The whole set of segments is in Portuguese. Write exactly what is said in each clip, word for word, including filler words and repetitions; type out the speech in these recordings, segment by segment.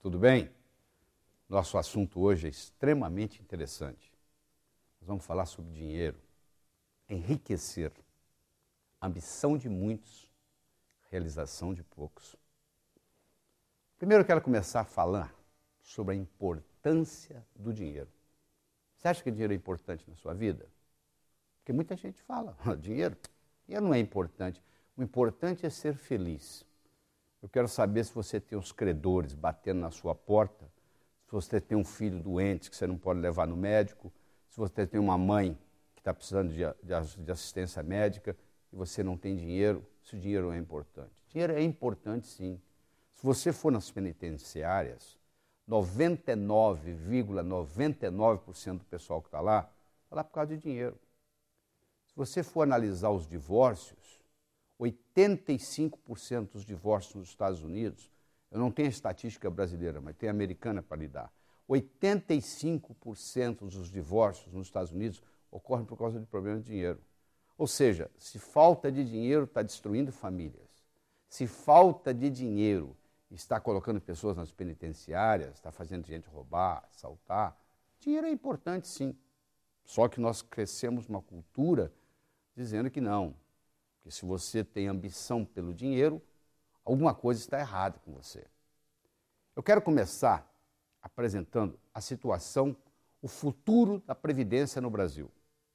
Tudo bem? Nosso assunto hoje é extremamente interessante. Nós vamos falar sobre dinheiro, enriquecer, ambição de muitos, realização de poucos. Primeiro eu quero começar a falar sobre a importância do dinheiro. Você acha que dinheiro é importante na sua vida? Porque muita gente fala, dinheiro, dinheiro não é importante. O importante é ser feliz. Eu quero saber se você tem os credores batendo na sua porta, se você tem um filho doente que você não pode levar no médico, se você tem uma mãe que está precisando de, de, de assistência médica e você não tem dinheiro, se o dinheiro é importante. Dinheiro é importante, sim. Se você for nas penitenciárias, noventa e nove vírgula noventa e nove por cento do pessoal que está lá, está lá por causa de dinheiro. Se você for analisar os divórcios, oitenta e cinco por cento dos divórcios nos Estados Unidos, eu não tenho a estatística brasileira, mas tem a americana para lhe dar, oitenta e cinco por cento dos divórcios nos Estados Unidos ocorrem por causa de problemas de dinheiro. Ou seja, se falta de dinheiro está destruindo famílias, se falta de dinheiro está colocando pessoas nas penitenciárias, está fazendo gente roubar, assaltar, dinheiro é importante, sim. Só que nós crescemos uma cultura dizendo que não, que se você tem ambição pelo dinheiro, alguma coisa está errada com você. Eu quero começar apresentando a situação, o futuro da Previdência no Brasil.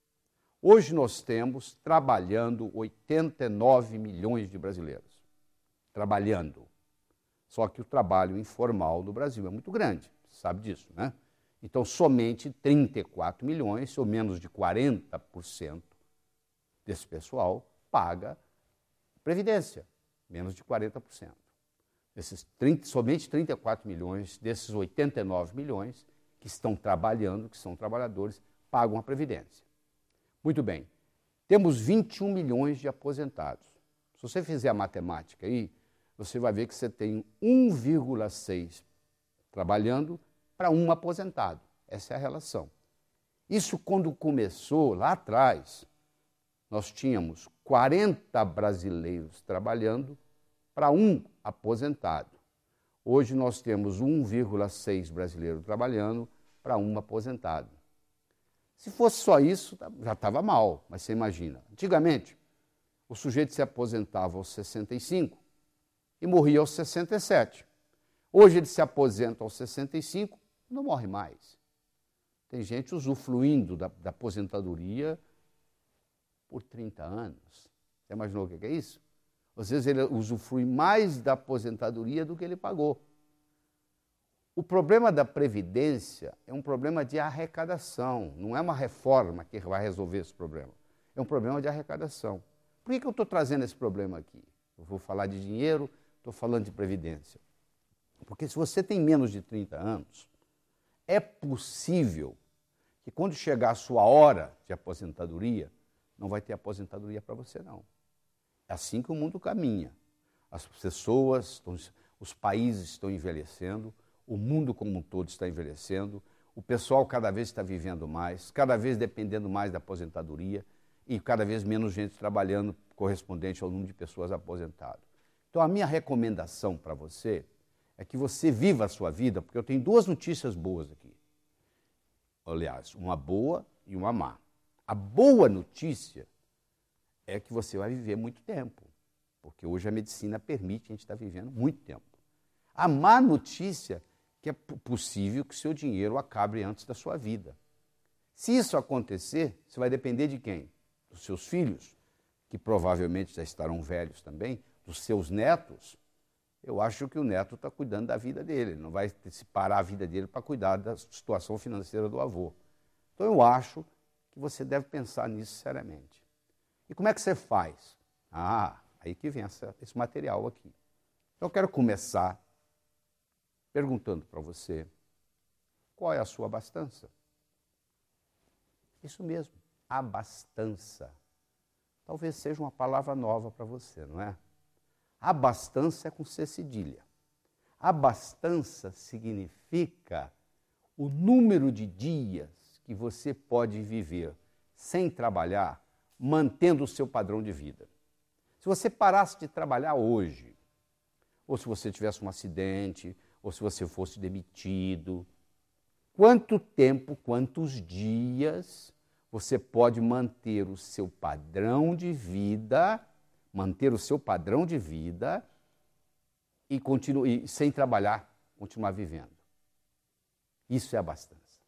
Hoje nós temos trabalhando oitenta e nove milhões de brasileiros. Trabalhando. Só que o trabalho informal no Brasil é muito grande, você sabe disso, né? Então, somente trinta e quatro milhões, ou menos de quarenta por cento desse pessoal, paga Previdência, menos de quarenta por cento. Desses trinta, somente trinta e quatro milhões, desses oitenta e nove milhões que estão trabalhando, que são trabalhadores, pagam a Previdência. Muito bem, temos vinte e um milhões de aposentados. Se você fizer a matemática aí, você vai ver que você tem um vírgula seis trabalhando para um aposentado. Essa é a relação. Isso quando começou lá atrás, nós tínhamos quarenta brasileiros trabalhando para um aposentado. Hoje nós temos um vírgula seis brasileiros trabalhando para um aposentado. Se fosse só isso, já estava mal, mas você imagina. Antigamente, o sujeito se aposentava aos sessenta e cinco e morria aos sessenta e sete. Hoje ele se aposenta aos sessenta e cinco e não morre mais. Tem gente usufruindo da, da aposentadoria por trinta anos. Você imaginou o que é isso? Às vezes ele usufrui mais da aposentadoria do que ele pagou. O problema da Previdência é um problema de arrecadação, não é uma reforma que vai resolver esse problema. É um problema de arrecadação. Por que que eu estou trazendo esse problema aqui? Eu vou falar de dinheiro, estou falando de Previdência. Porque se você tem menos de trinta anos, é possível que quando chegar a sua hora de aposentadoria, não vai ter aposentadoria para você, não. É assim que o mundo caminha. As pessoas, estão, os países estão envelhecendo, o mundo como um todo está envelhecendo, o pessoal cada vez está vivendo mais, cada vez dependendo mais da aposentadoria e cada vez menos gente trabalhando correspondente ao número de pessoas aposentadas. Então, a minha recomendação para você é que você viva a sua vida, porque eu tenho duas notícias boas aqui. Aliás, uma boa e uma má. A boa notícia é que você vai viver muito tempo, porque hoje a medicina permite a gente estar vivendo muito tempo. A má notícia é que é possível que seu dinheiro acabe antes da sua vida. Se isso acontecer, você vai depender de quem? Dos seus filhos, que provavelmente já estarão velhos também, dos seus netos. Eu acho que o neto está cuidando da vida dele, não vai parar a vida dele para cuidar da situação financeira do avô. Então eu acho que você deve pensar nisso seriamente. E como é que você faz? Ah, aí que vem essa, esse material aqui. Então eu quero começar perguntando para você, qual é a sua abastança? Isso mesmo, abastança. Talvez seja uma palavra nova para você, não é? Abastança é com C cedilha. Abastança significa o número de dias que você pode viver sem trabalhar, mantendo o seu padrão de vida. Se você parasse de trabalhar hoje, ou se você tivesse um acidente, ou se você fosse demitido. Quanto tempo, quantos dias você pode manter o seu padrão de vida, manter o seu padrão de vida e, continue, e sem trabalhar, continuar vivendo. Isso é abastança.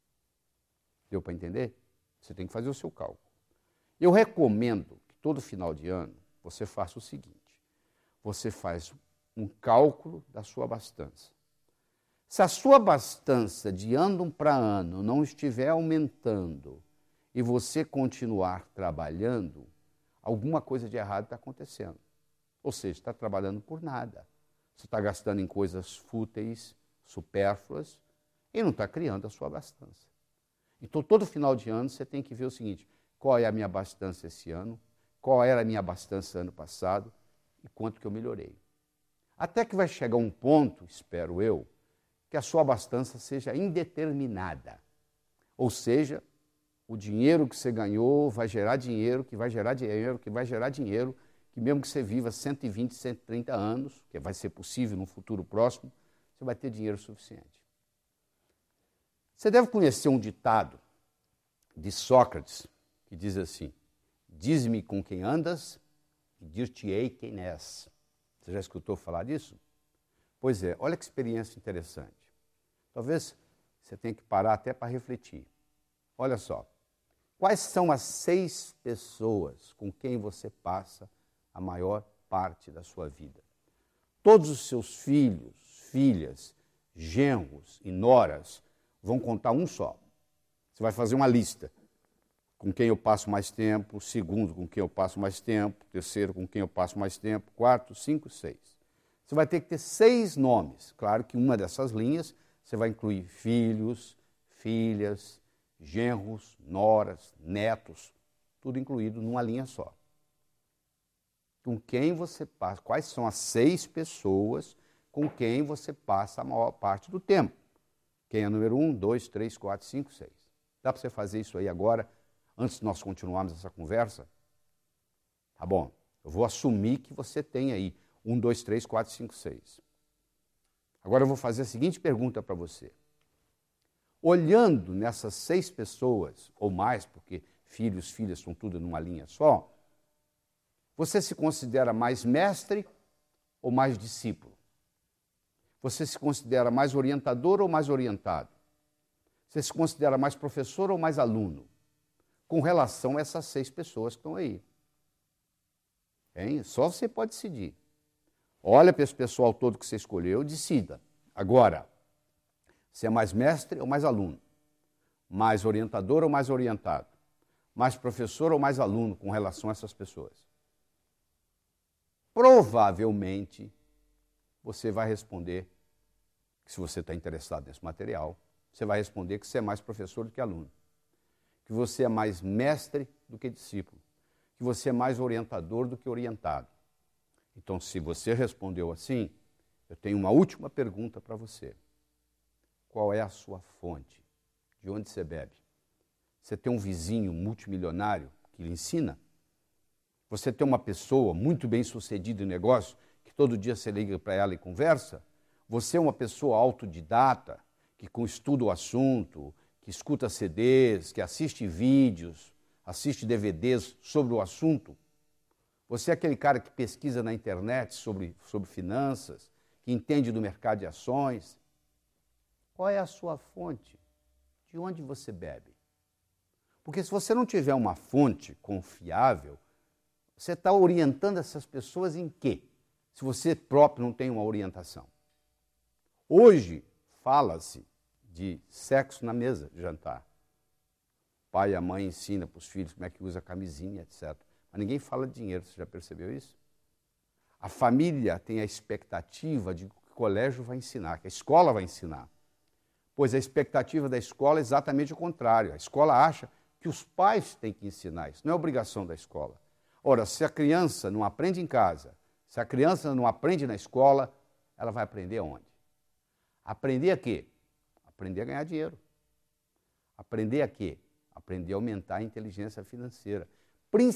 Deu para entender? Você tem que fazer o seu cálculo. Eu recomendo que todo final de ano você faça o seguinte: você faz um cálculo da sua abastança. Se a sua abastança de ano para ano não estiver aumentando e você continuar trabalhando, alguma coisa de errado está acontecendo. Ou seja, está trabalhando por nada. Você está gastando em coisas fúteis, supérfluas, e não está criando a sua abastança. Então, todo final de ano, você tem que ver o seguinte: qual é a minha abastança esse ano, qual era a minha abastança ano passado e quanto que eu melhorei. Até que vai chegar um ponto, espero eu, que a sua abastança seja indeterminada. Ou seja, o dinheiro que você ganhou vai gerar dinheiro, que vai gerar dinheiro, que vai gerar dinheiro, que mesmo que você viva cento e vinte, cento e trinta anos, que vai ser possível no futuro próximo, você vai ter dinheiro suficiente. Você deve conhecer um ditado de Sócrates, que diz assim: diz-me com quem andas e dir-te-ei quem és. Você já escutou falar disso? Pois é, olha que experiência interessante. Talvez você tenha que parar até para refletir. Olha só, quais são as seis pessoas com quem você passa a maior parte da sua vida? Todos os seus filhos, filhas, genros e noras vão contar um só. Você vai fazer uma lista. Com quem eu passo mais tempo, segundo com quem eu passo mais tempo, terceiro com quem eu passo mais tempo, quarto, cinco, seis. Você vai ter que ter seis nomes. Claro que uma dessas linhas você vai incluir filhos, filhas, genros, noras, netos, tudo incluído numa linha só. Com quem você passa, quais são as seis pessoas com quem você passa a maior parte do tempo? Quem é número um, dois, três, quatro, cinco, seis. Dá para você fazer isso aí agora, antes de nós continuarmos essa conversa? Tá bom, eu vou assumir que você tem aí um, dois, três, quatro, cinco, seis. Agora eu vou fazer a seguinte pergunta para você. Olhando nessas seis pessoas, ou mais, porque filhos, filhas são tudo numa linha só, você se considera mais mestre ou mais discípulo? Você se considera mais orientador ou mais orientado? Você se considera mais professor ou mais aluno? Com relação a essas seis pessoas que estão aí. Hein? Só você pode decidir. Olha para esse pessoal todo que você escolheu, decida. Agora, você é mais mestre ou mais aluno? Mais orientador ou mais orientado? Mais professor ou mais aluno com relação a essas pessoas? Provavelmente, você vai responder, que se você está interessado nesse material, você vai responder que você é mais professor do que aluno, que você é mais mestre do que discípulo, que você é mais orientador do que orientado. Então, se você respondeu assim, eu tenho uma última pergunta para você. Qual é a sua fonte? De onde você bebe? Você tem um vizinho multimilionário que lhe ensina? Você tem uma pessoa muito bem sucedida em negócio, que todo dia você liga para ela e conversa? Você é uma pessoa autodidata, que estuda o assunto, que escuta C Ds, que assiste vídeos, assiste D V Ds sobre o assunto? Você é aquele cara que pesquisa na internet sobre, sobre finanças, que entende do mercado de ações? Qual é a sua fonte? De onde você bebe? Porque se você não tiver uma fonte confiável, você está orientando essas pessoas em quê? Se você próprio não tem uma orientação. Hoje, fala-se de sexo na mesa de jantar. O pai e a mãe ensinam para os filhos como é que usa camisinha, etcétera. Mas ninguém fala de dinheiro, você já percebeu isso? A família tem a expectativa de que o colégio vai ensinar, que a escola vai ensinar. Pois a expectativa da escola é exatamente o contrário. A escola acha que os pais têm que ensinar isso, não é obrigação da escola. Ora, se a criança não aprende em casa, se a criança não aprende na escola, ela vai aprender aonde? Aprender a quê? Aprender a ganhar dinheiro. Aprender a quê? Aprender a aumentar a inteligência financeira,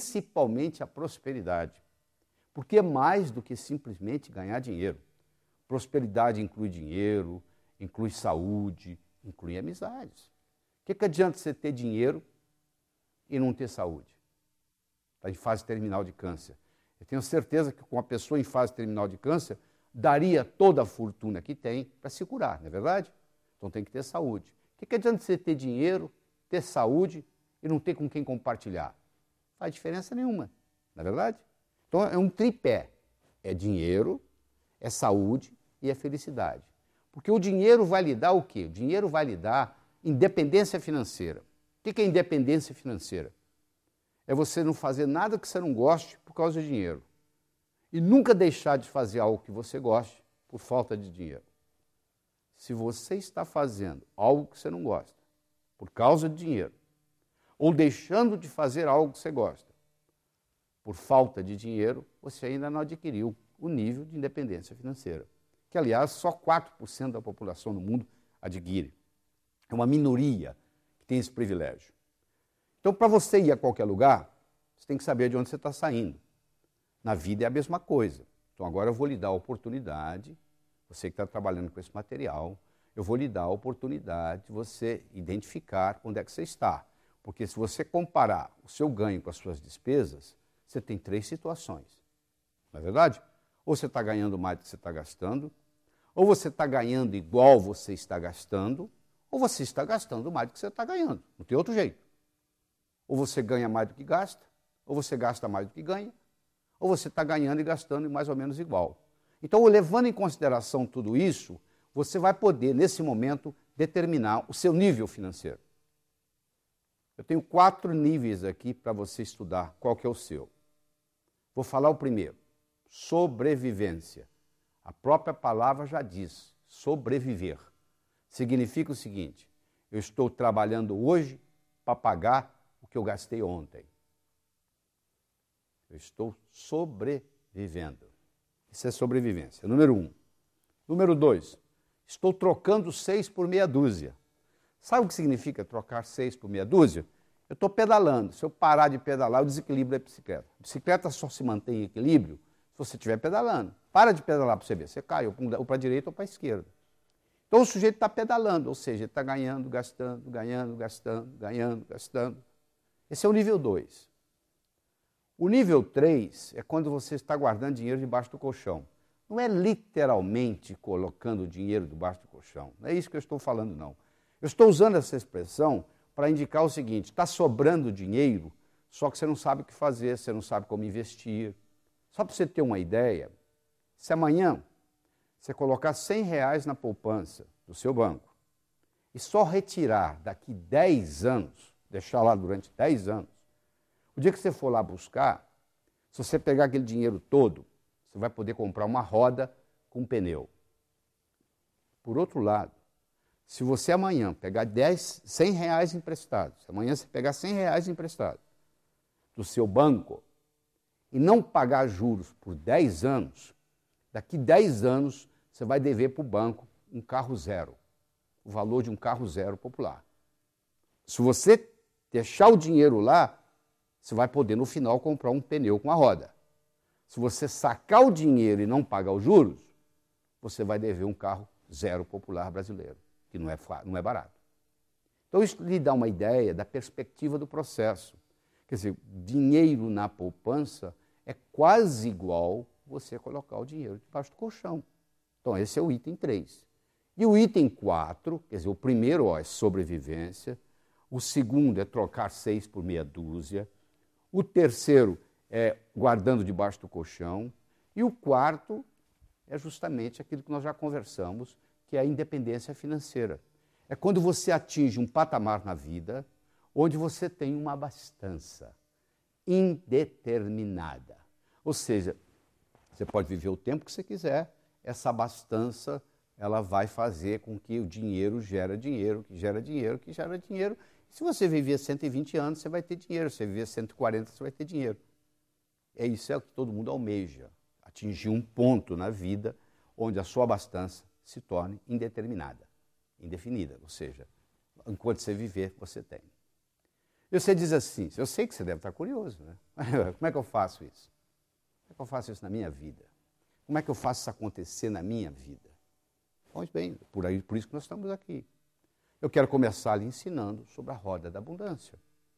principalmente a prosperidade. Porque é mais do que simplesmente ganhar dinheiro. Prosperidade inclui dinheiro, inclui saúde, inclui amizades. O que, que adianta você ter dinheiro e não ter saúde? Está em fase terminal de câncer. Eu tenho certeza que com uma pessoa em fase terminal de câncer, daria toda a fortuna que tem para se curar, não é verdade? Então tem que ter saúde. O que, que adianta você ter dinheiro, ter saúde e não ter com quem compartilhar? Não faz diferença nenhuma, não é verdade? Então é um tripé. É dinheiro, é saúde e é felicidade. Porque o dinheiro vai lhe dar o quê? O dinheiro vai lhe dar independência financeira. O que é independência financeira? É você não fazer nada que você não goste por causa do dinheiro. E nunca deixar de fazer algo que você goste por falta de dinheiro. Se você está fazendo algo que você não gosta por causa de dinheiro, ou deixando de fazer algo que você gosta por falta de dinheiro, você ainda não adquiriu o nível de independência financeira. Que, aliás, só quatro por cento da população no mundo adquire. É uma minoria que tem esse privilégio. Então, para você ir a qualquer lugar, você tem que saber de onde você está saindo. Na vida é a mesma coisa. Então, agora eu vou lhe dar a oportunidade, você que está trabalhando com esse material, eu vou lhe dar a oportunidade de você identificar onde é que você está. Porque se você comparar o seu ganho com as suas despesas, você tem três situações. Não é verdade? Ou você está ganhando mais do que você está gastando, ou você está ganhando igual você está gastando, ou você está gastando mais do que você está ganhando. Não tem outro jeito. Ou você ganha mais do que gasta, ou você gasta mais do que ganha, ou você está ganhando e gastando mais ou menos igual. Então, levando em consideração tudo isso, você vai poder, nesse momento, determinar o seu nível financeiro. Eu tenho quatro níveis aqui para você estudar. Qual que é o seu? Vou falar o primeiro. Sobrevivência. A própria palavra já diz, sobreviver. Significa o seguinte, eu estou trabalhando hoje para pagar o que eu gastei ontem. Eu estou sobrevivendo. Isso é sobrevivência. Número um. Número dois. Estou trocando seis por meia dúzia. Sabe o que significa trocar seis por meia dúzia? Eu estou pedalando. Se eu parar de pedalar, eu desequilibro a bicicleta. A bicicleta só se mantém em equilíbrio se você estiver pedalando. Para de pedalar para você ver. Você cai ou para a direita ou para a esquerda. Então o sujeito está pedalando, ou seja, ele está ganhando, gastando, ganhando, gastando, ganhando, gastando. Esse é o nível dois. O nível três é quando você está guardando dinheiro debaixo do colchão. Não é literalmente colocando dinheiro debaixo do colchão. Não é isso que eu estou falando, não. Eu estou usando essa expressão para indicar o seguinte, está sobrando dinheiro, só que você não sabe o que fazer, você não sabe como investir. Só para você ter uma ideia, se amanhã você colocar cem reais na poupança do seu banco e só retirar daqui dez anos, deixar lá durante dez anos, o dia que você for lá buscar, se você pegar aquele dinheiro todo, você vai poder comprar uma roda com um pneu. Por outro lado, se você amanhã pegar dez, cem reais emprestados, se amanhã você pegar cem reais emprestados do seu banco e não pagar juros por dez anos, daqui dez anos você vai dever para o banco um carro zero, o valor de um carro zero popular. Se você deixar o dinheiro lá, você vai poder, no final, comprar um pneu com a roda. Se você sacar o dinheiro e não pagar os juros, você vai dever um carro zero popular brasileiro, que não é, não é barato. Então, isso lhe dá uma ideia da perspectiva do processo. Quer dizer, dinheiro na poupança é quase igual você colocar o dinheiro debaixo do colchão. Então, esse é o item três. E o item quatro, quer dizer, o primeiro ó, é sobrevivência, o segundo é trocar seis por meia dúzia, o terceiro é guardando debaixo do colchão, e o quarto é justamente aquilo que nós já conversamos, que é a independência financeira. É quando você atinge um patamar na vida onde você tem uma abastança indeterminada. Ou seja, você pode viver o tempo que você quiser, essa abastança ela vai fazer com que o dinheiro gera dinheiro, que gera dinheiro, que gera dinheiro. Se você viver cento e vinte anos, você vai ter dinheiro. Se você viver cento e quarenta, você vai ter dinheiro. É isso é o que todo mundo almeja, atingir um ponto na vida onde a sua abastança se torne indeterminada, indefinida, ou seja, enquanto você viver, você tem. E você diz assim, eu sei que você deve estar curioso, né? Como é que eu faço isso? Como é que eu faço isso na minha vida? Como é que eu faço isso acontecer na minha vida? Pois bem, por, aí, por isso que nós estamos aqui. Eu quero começar lhe ensinando sobre a roda da abundância.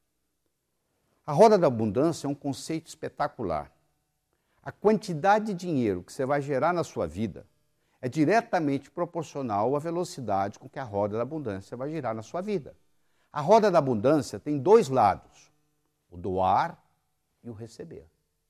A roda da abundância é um conceito espetacular. A quantidade de dinheiro que você vai gerar na sua vida é diretamente proporcional à velocidade com que a roda da abundância vai girar na sua vida. A roda da abundância tem dois lados, o doar e o receber.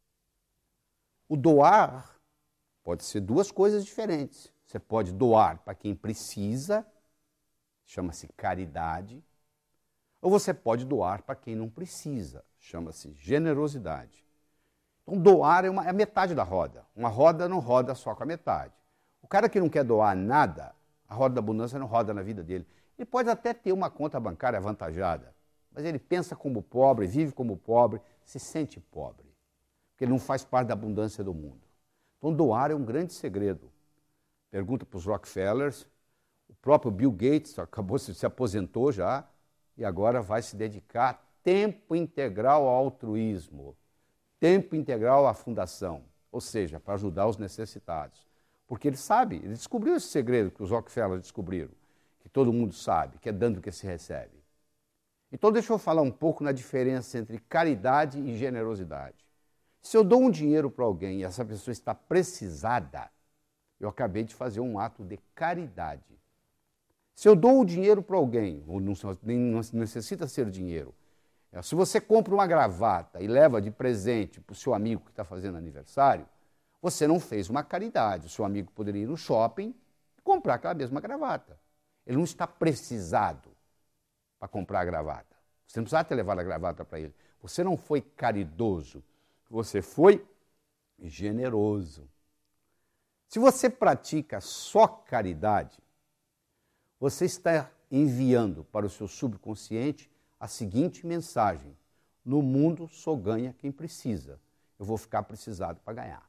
O doar pode ser duas coisas diferentes. Você pode doar para quem precisa, chama-se caridade, ou você pode doar para quem não precisa, chama-se generosidade. Então, doar é, uma, é a metade da roda. Uma roda não roda só com a metade. O cara que não quer doar nada, a roda da abundância não roda na vida dele. Ele pode até ter uma conta bancária avantajada, mas ele pensa como pobre, vive como pobre, se sente pobre, porque ele não faz parte da abundância do mundo. Então, doar é um grande segredo. Pergunta para os Rockefellers, o próprio Bill Gates acabou se, se aposentou já e agora vai se dedicar tempo integral ao altruísmo, tempo integral à fundação, ou seja, para ajudar os necessitados. Porque ele sabe, ele descobriu esse segredo que os Rockefellers descobriram, que todo mundo sabe, que é dando que se recebe. Então deixa eu falar um pouco na diferença entre caridade e generosidade. Se eu dou um dinheiro para alguém e essa pessoa está precisada, eu acabei de fazer um ato de caridade. Se eu dou o dinheiro para alguém, ou não, nem não necessita ser dinheiro, se você compra uma gravata e leva de presente para o seu amigo que está fazendo aniversário, você não fez uma caridade. O seu amigo poderia ir no shopping e comprar aquela mesma gravata. Ele não está precisado para comprar a gravata. Você não precisa ter levado a gravata para ele. Você não foi caridoso, você foi generoso. Se você pratica só caridade, você está enviando para o seu subconsciente a seguinte mensagem: no mundo só ganha quem precisa. Eu vou ficar precisado para ganhar.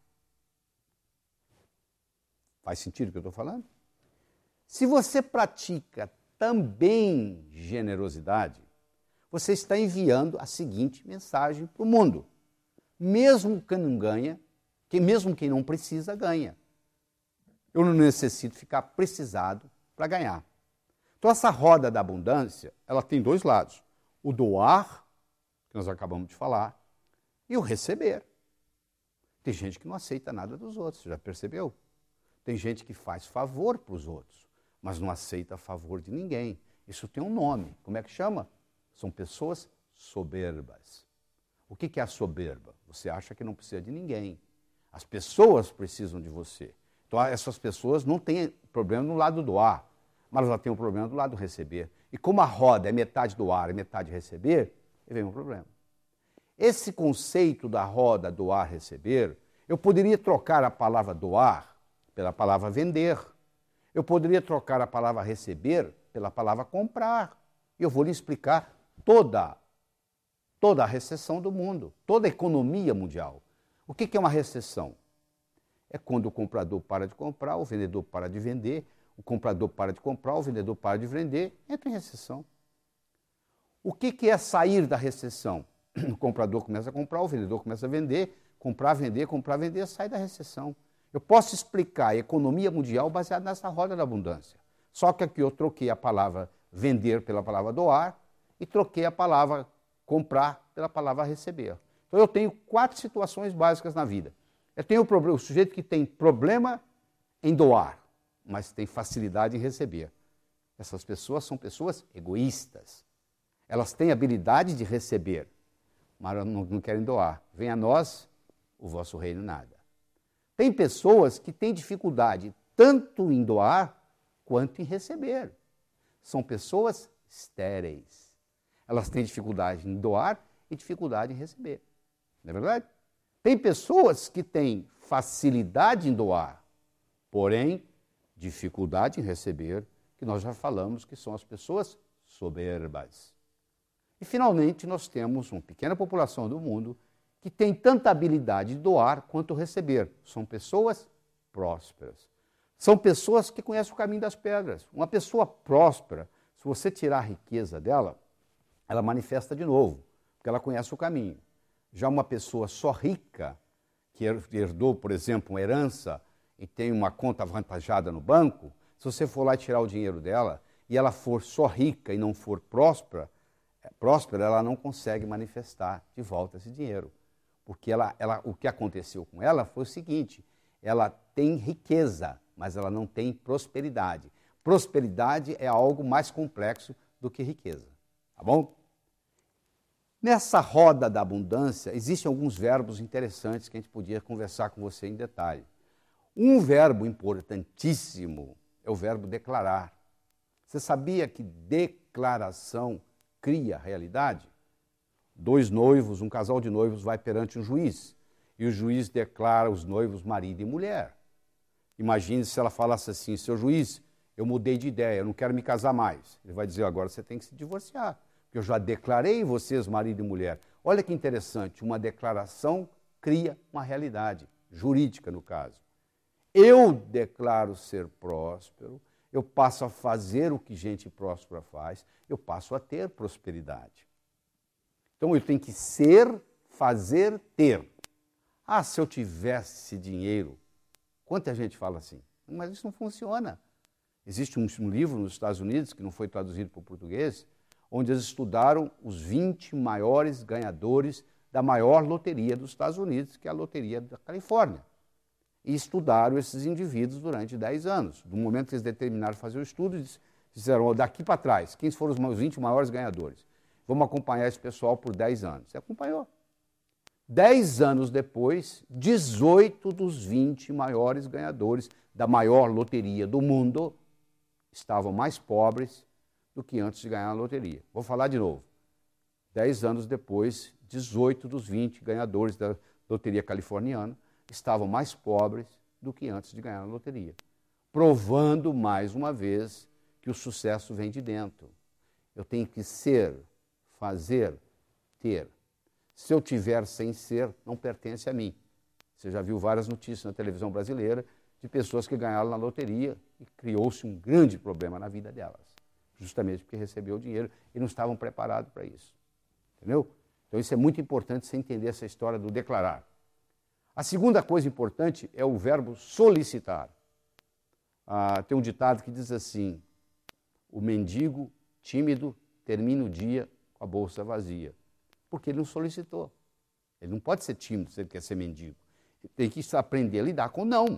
Faz sentido o que eu estou falando? Se você pratica também generosidade, você está enviando a seguinte mensagem para o mundo: mesmo quem não ganha, que mesmo quem não precisa, ganha. Eu não necessito ficar precisado para ganhar. Então, essa roda da abundância, ela tem dois lados. O doar, que nós acabamos de falar, e o receber. Tem gente que não aceita nada dos outros, você já percebeu? Tem gente que faz favor para os outros, mas não aceita favor de ninguém. Isso tem um nome. Como é que chama? São pessoas soberbas. O que é a soberba? Você acha que não precisa de ninguém. As pessoas precisam de você. Então, essas pessoas não têm problema no lado do doar, mas elas têm um problema do lado do receber. E como a roda é metade doar e metade receber, vem um problema. Esse conceito da roda doar-receber, eu poderia trocar a palavra doar pela palavra vender. Eu poderia trocar a palavra receber pela palavra comprar. E eu vou lhe explicar toda, toda a recessão do mundo, toda a economia mundial. O que é uma recessão? É quando o comprador para de comprar, o vendedor para de vender, o comprador para de comprar, o vendedor para de vender, entra em recessão. O que é sair da recessão? O comprador começa a comprar, o vendedor começa a vender, comprar, vender, comprar, vender, sai da recessão. Eu posso explicar a economia mundial baseada nessa roda da abundância. Só que aqui eu troquei a palavra vender pela palavra doar e troquei a palavra comprar pela palavra receber. Então eu tenho quatro situações básicas na vida. Eu tenho o, problema, o sujeito que tem problema em doar, mas tem facilidade em receber. Essas pessoas são pessoas egoístas. Elas têm habilidade de receber, mas não, não querem doar. Venha a nós o vosso reino nada. Tem pessoas que têm dificuldade tanto em doar quanto em receber. São pessoas estéreis. Elas têm dificuldade em doar e dificuldade em receber. Não é verdade? Tem pessoas que têm facilidade em doar, porém dificuldade em receber, que nós já falamos que são as pessoas soberbas. E, finalmente, nós temos uma pequena população do mundo que tem tanta habilidade de doar quanto receber. São pessoas prósperas. São pessoas que conhecem o caminho das pedras. Uma pessoa próspera, se você tirar a riqueza dela, ela manifesta de novo, porque ela conhece o caminho. Já uma pessoa só rica, que herdou, por exemplo, uma herança e tem uma conta avantajada no banco, se você for lá tirar o dinheiro dela e ela for só rica e não for próspera, próspera, ela não consegue manifestar de volta esse dinheiro. Porque ela, ela, o que aconteceu com ela foi o seguinte, ela tem riqueza, mas ela não tem prosperidade. Prosperidade é algo mais complexo do que riqueza, tá bom? Nessa roda da abundância, existem alguns verbos interessantes que a gente podia conversar com você em detalhe. Um verbo importantíssimo é o verbo declarar. Você sabia que declaração cria realidade? Dois noivos, um casal de noivos vai perante um juiz e o juiz declara os noivos marido e mulher. Imagine se ela falasse assim, seu juiz, eu mudei de ideia, eu não quero me casar mais. Ele vai dizer, agora você tem que se divorciar, porque eu já declarei vocês marido e mulher. Olha que interessante, uma declaração cria uma realidade, jurídica no caso. Eu declaro ser próspero, eu passo a fazer o que gente próspera faz, eu passo a ter prosperidade. Então eu tenho que ser, fazer, ter. Ah, se eu tivesse dinheiro, quanta gente fala assim, mas isso não funciona. Existe um, um livro nos Estados Unidos, que não foi traduzido para o português, onde eles estudaram os vinte maiores ganhadores da maior loteria dos Estados Unidos, que é a loteria da Califórnia. E estudaram esses indivíduos durante dez anos. Do momento que eles determinaram fazer o estudo, eles disseram, daqui para trás, quem foram os vinte maiores ganhadores? Vamos acompanhar esse pessoal por dez anos. Você acompanhou. Dez anos depois, dezoito dos vinte maiores ganhadores da maior loteria do mundo estavam mais pobres do que antes de ganhar a loteria. Vou falar de novo. Dez anos depois, dezoito dos vinte ganhadores da loteria californiana estavam mais pobres do que antes de ganhar a loteria, provando mais uma vez que o sucesso vem de dentro. Eu tenho que ser, fazer, ter. Se eu tiver sem ser, não pertence a mim. Você já viu várias notícias na televisão brasileira de pessoas que ganharam na loteria e criou-se um grande problema na vida delas, justamente porque recebeu o dinheiro e não estavam preparados para isso. Entendeu? Então isso é muito importante você entender essa história do declarar. A segunda coisa importante é o verbo solicitar. Ah, tem um ditado que diz assim, o mendigo tímido termina o dia com a bolsa vazia, porque ele não solicitou. Ele não pode ser tímido se ele quer ser mendigo. Ele tem que aprender a lidar com não.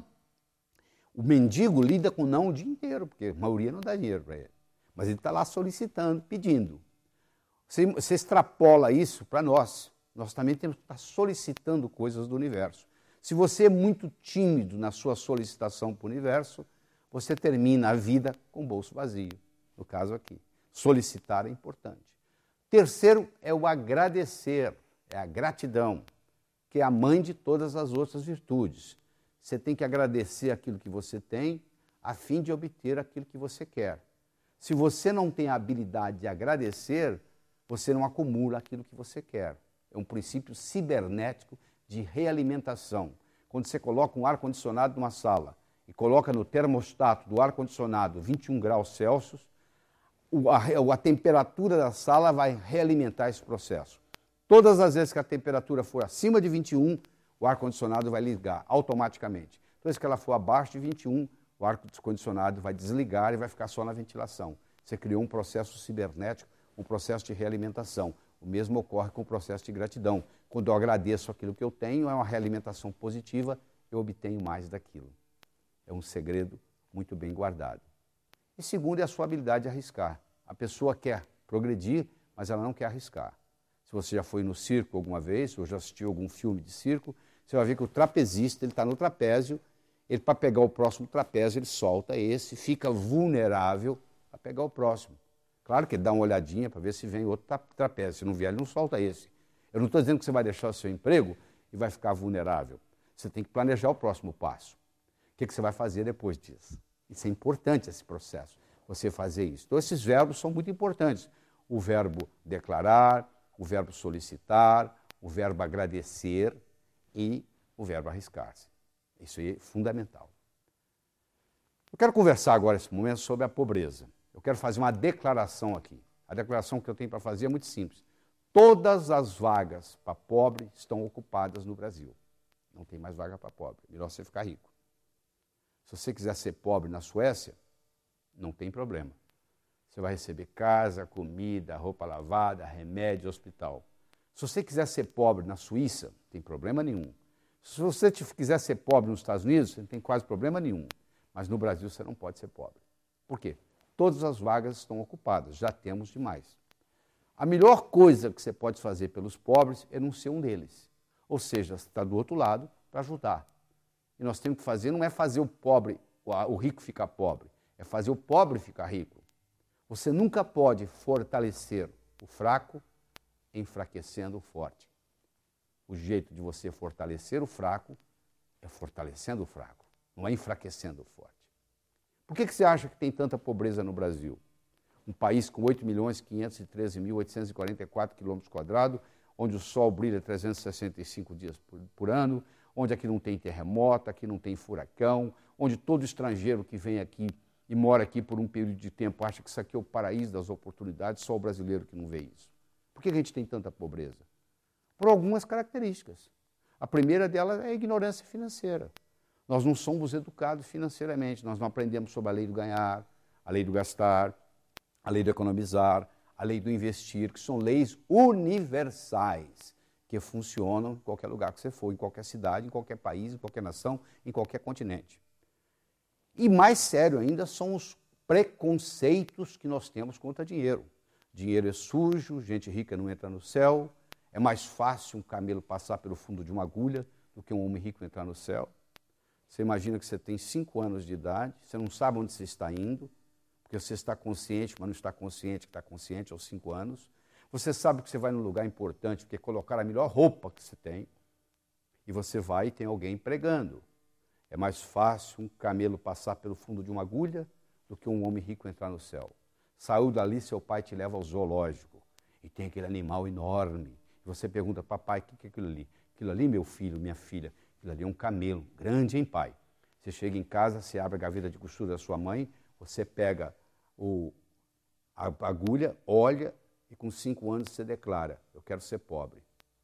O mendigo lida com não o dia inteiro, porque a maioria não dá dinheiro para ele. Mas ele está lá solicitando, pedindo. Você, você extrapola isso para nós. Nós também temos que estar solicitando coisas do universo. Se você é muito tímido na sua solicitação para o universo, você termina a vida com o bolso vazio. No caso aqui, solicitar é importante. Terceiro é o agradecer, é a gratidão, que é a mãe de todas as outras virtudes. Você tem que agradecer aquilo que você tem, a fim de obter aquilo que você quer. Se você não tem a habilidade de agradecer, você não acumula aquilo que você quer. É um princípio cibernético de realimentação. Quando você coloca um ar-condicionado numa sala e coloca no termostato do ar-condicionado vinte e um graus Celsius, a, a temperatura da sala vai realimentar esse processo. Todas as vezes que a temperatura for acima de vinte e um, o ar-condicionado vai ligar automaticamente. Todas as vezes que ela for abaixo de vinte e um, o ar-condicionado vai desligar e vai ficar só na ventilação. Você criou um processo cibernético, um processo de realimentação. O mesmo ocorre com o processo de gratidão. Quando eu agradeço aquilo que eu tenho, é uma realimentação positiva, eu obtenho mais daquilo. É um segredo muito bem guardado. E segundo é a sua habilidade de arriscar. A pessoa quer progredir, mas ela não quer arriscar. Se você já foi no circo alguma vez, ou já assistiu algum filme de circo, você vai ver que o trapezista ele está no trapézio, ele para pegar o próximo trapézio, ele solta esse, fica vulnerável a pegar o próximo. Claro que ele dá uma olhadinha para ver se vem outro trapézio. Se não vier, ele não solta esse. Eu não estou dizendo que você vai deixar o seu emprego e vai ficar vulnerável. Você tem que planejar o próximo passo. O que, que você vai fazer depois disso? Isso é importante, esse processo, você fazer isso. Então, esses verbos são muito importantes. O verbo declarar, o verbo solicitar, o verbo agradecer e o verbo arriscar-se. Isso aí é fundamental. Eu quero conversar agora, nesse momento, sobre a pobreza. Eu quero fazer uma declaração aqui. A declaração que eu tenho para fazer é muito simples. Todas as vagas para pobre estão ocupadas no Brasil. Não tem mais vaga para pobre. Melhor você ficar rico. Se você quiser ser pobre na Suécia, não tem problema. Você vai receber casa, comida, roupa lavada, remédio, hospital. Se você quiser ser pobre na Suíça, não tem problema nenhum. Se você quiser ser pobre nos Estados Unidos, você não tem quase problema nenhum. Mas no Brasil você não pode ser pobre. Por quê? Todas as vagas estão ocupadas, já temos demais. A melhor coisa que você pode fazer pelos pobres é não ser um deles. Ou seja, você está do outro lado para ajudar. E nós temos que fazer, não é fazer o pobre, o rico ficar pobre, é fazer o pobre ficar rico. Você nunca pode fortalecer o fraco enfraquecendo o forte. O jeito de você fortalecer o fraco é fortalecendo o fraco, não é enfraquecendo o forte. Por que que você acha que tem tanta pobreza no Brasil? Um país com oito milhões quinhentos e treze mil oitocentos e quarenta e quatro quilômetros quadrados, onde o sol brilha trezentos e sessenta e cinco dias por, por ano, onde aqui não tem terremoto, aqui não tem furacão, onde todo estrangeiro que vem aqui e mora aqui por um período de tempo acha que isso aqui é o paraíso das oportunidades, só o brasileiro que não vê isso. Por que a gente tem tanta pobreza? Por algumas características. A primeira delas é a ignorância financeira. Nós não somos educados financeiramente, nós não aprendemos sobre a lei do ganhar, a lei do gastar, a lei do economizar, a lei do investir, que são leis universais, que funcionam em qualquer lugar que você for, em qualquer cidade, em qualquer país, em qualquer nação, em qualquer continente. E mais sério ainda são os preconceitos que nós temos contra dinheiro. Dinheiro é sujo, gente rica não entra no céu, é mais fácil um camelo passar pelo fundo de uma agulha do que um homem rico entrar no céu. Você imagina que você tem cinco anos de idade, você não sabe onde você está indo, porque você está consciente, mas não está consciente que está consciente aos cinco anos. Você sabe que você vai num lugar importante, porque colocar a melhor roupa que você tem, e você vai e tem alguém pregando. É mais fácil um camelo passar pelo fundo de uma agulha do que um homem rico entrar no céu. Saiu dali, seu pai te leva ao zoológico, e tem aquele animal enorme. E você pergunta, papai, o que, que é aquilo ali? Aquilo ali, meu filho, minha filha, aquilo ali é um camelo, grande, hein, pai? Você chega em casa, você abre a gaveta de costura da sua mãe, você pega o, a agulha, olha, e com cinco anos você declara, eu quero ser pobre.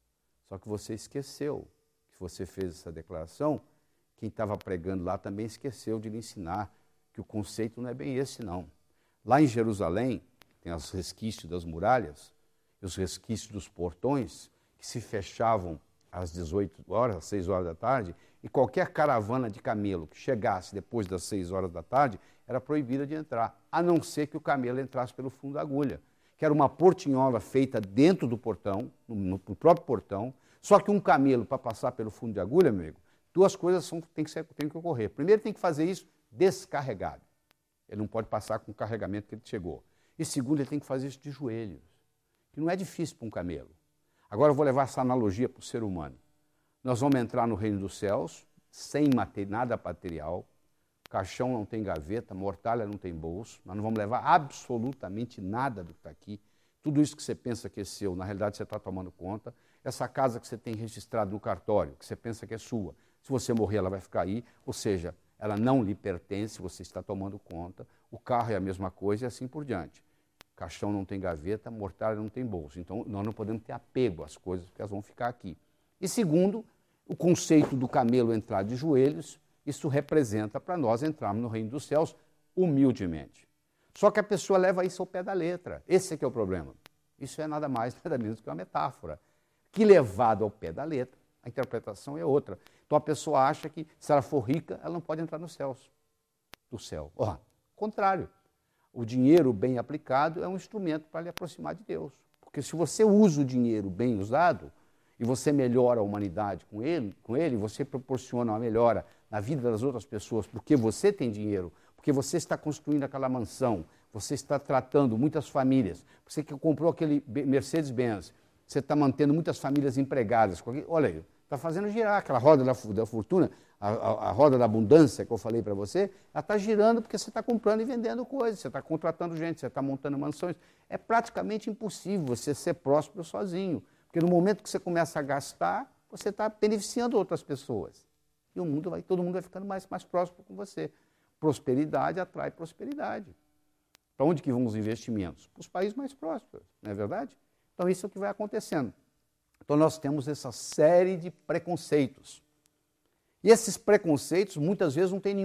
Só que você esqueceu que você fez essa declaração, quem estava pregando lá também esqueceu de lhe ensinar que o conceito não é bem esse, não. Lá em Jerusalém, tem os resquícios das muralhas, e os resquícios dos portões, que se fechavam às dezoito horas, às seis horas da tarde, e qualquer caravana de camelo que chegasse depois das seis horas da tarde, era proibida de entrar, a não ser que o camelo entrasse pelo fundo da agulha, que era uma portinhola feita dentro do portão, no, no próprio portão, só que um camelo, para passar pelo fundo de agulha, meu amigo, duas coisas são, tem, que ser, tem que ocorrer. Primeiro, tem que fazer isso descarregado. Ele não pode passar com o carregamento que ele chegou. E segundo, ele tem que fazer isso de joelhos, que não é difícil para um camelo. Agora eu vou levar essa analogia para o ser humano. Nós vamos entrar no reino dos céus, sem mater, nada material, caixão não tem gaveta, mortalha não tem bolso, nós não vamos levar absolutamente nada do que está aqui. Tudo isso que você pensa que é seu, na realidade você está tomando conta. Essa casa que você tem registrado no cartório, que você pensa que é sua, se você morrer ela vai ficar aí, ou seja, ela não lhe pertence, você está tomando conta. O carro é a mesma coisa e assim por diante. Caixão não tem gaveta, mortalha não tem bolso. Então, nós não podemos ter apego às coisas, porque elas vão ficar aqui. E segundo, o conceito do camelo entrar de joelhos, isso representa para nós entrarmos no reino dos céus humildemente. Só que a pessoa leva isso ao pé da letra. Esse é que é o problema. Isso é nada mais, nada menos que uma metáfora. Que levado ao pé da letra, a interpretação é outra. Então a pessoa acha que se ela for rica, ela não pode entrar nos céus. Do céu. Ó, contrário. O dinheiro bem aplicado é um instrumento para lhe aproximar de Deus. Porque se você usa o dinheiro bem usado, e você melhora a humanidade com ele, com ele, você proporciona uma melhora na vida das outras pessoas, porque você tem dinheiro, porque você está construindo aquela mansão, você está tratando muitas famílias, você que comprou aquele Mercedes-Benz, você está mantendo muitas famílias empregadas. Olha aí, está fazendo girar aquela roda da, da fortuna, a, a, a roda da abundância que eu falei para você, ela está girando porque você está comprando e vendendo coisas, você está contratando gente, você está montando mansões. É praticamente impossível você ser próspero sozinho, porque no momento que você começa a gastar, você está beneficiando outras pessoas. E o mundo vai, todo mundo vai ficando mais, mais próximo com você. Prosperidade atrai prosperidade. Para onde que vão os investimentos? Para os países mais prósperos, não é verdade? Então isso é o que vai acontecendo. Então nós temos essa série de preconceitos. E esses preconceitos muitas vezes não têm nenhuma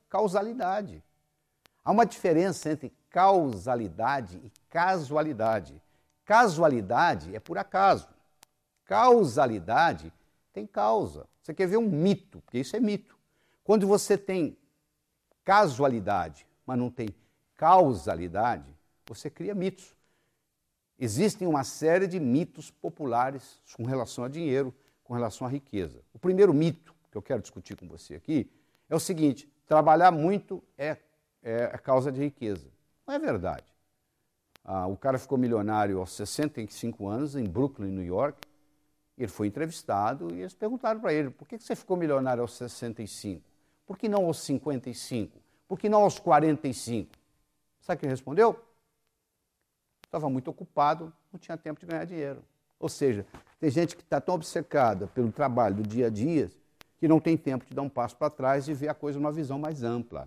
causalidade. Há uma diferença entre causalidade e casualidade. Casualidade é por acaso. Causalidade tem causa. Você quer ver um mito, porque isso é mito. Quando você tem casualidade, mas não tem causalidade, você cria mitos. Existem uma série de mitos populares com relação a dinheiro, com relação à riqueza. O primeiro mito que eu quero discutir com você aqui é o seguinte: trabalhar muito é, é causa de riqueza. Não é verdade. Ah, o cara ficou milionário aos sessenta e cinco anos, em Brooklyn, New York. Ele foi entrevistado e eles perguntaram para ele: por que você ficou milionário aos sessenta e cinco? Por que não aos cinquenta e cinco? Por que não aos quarenta e cinco? Sabe o que ele respondeu? Estava muito ocupado, não tinha tempo de ganhar dinheiro. Ou seja, tem gente que está tão obcecada pelo trabalho do dia a dia que não tem tempo de dar um passo para trás e ver a coisa numa visão mais ampla.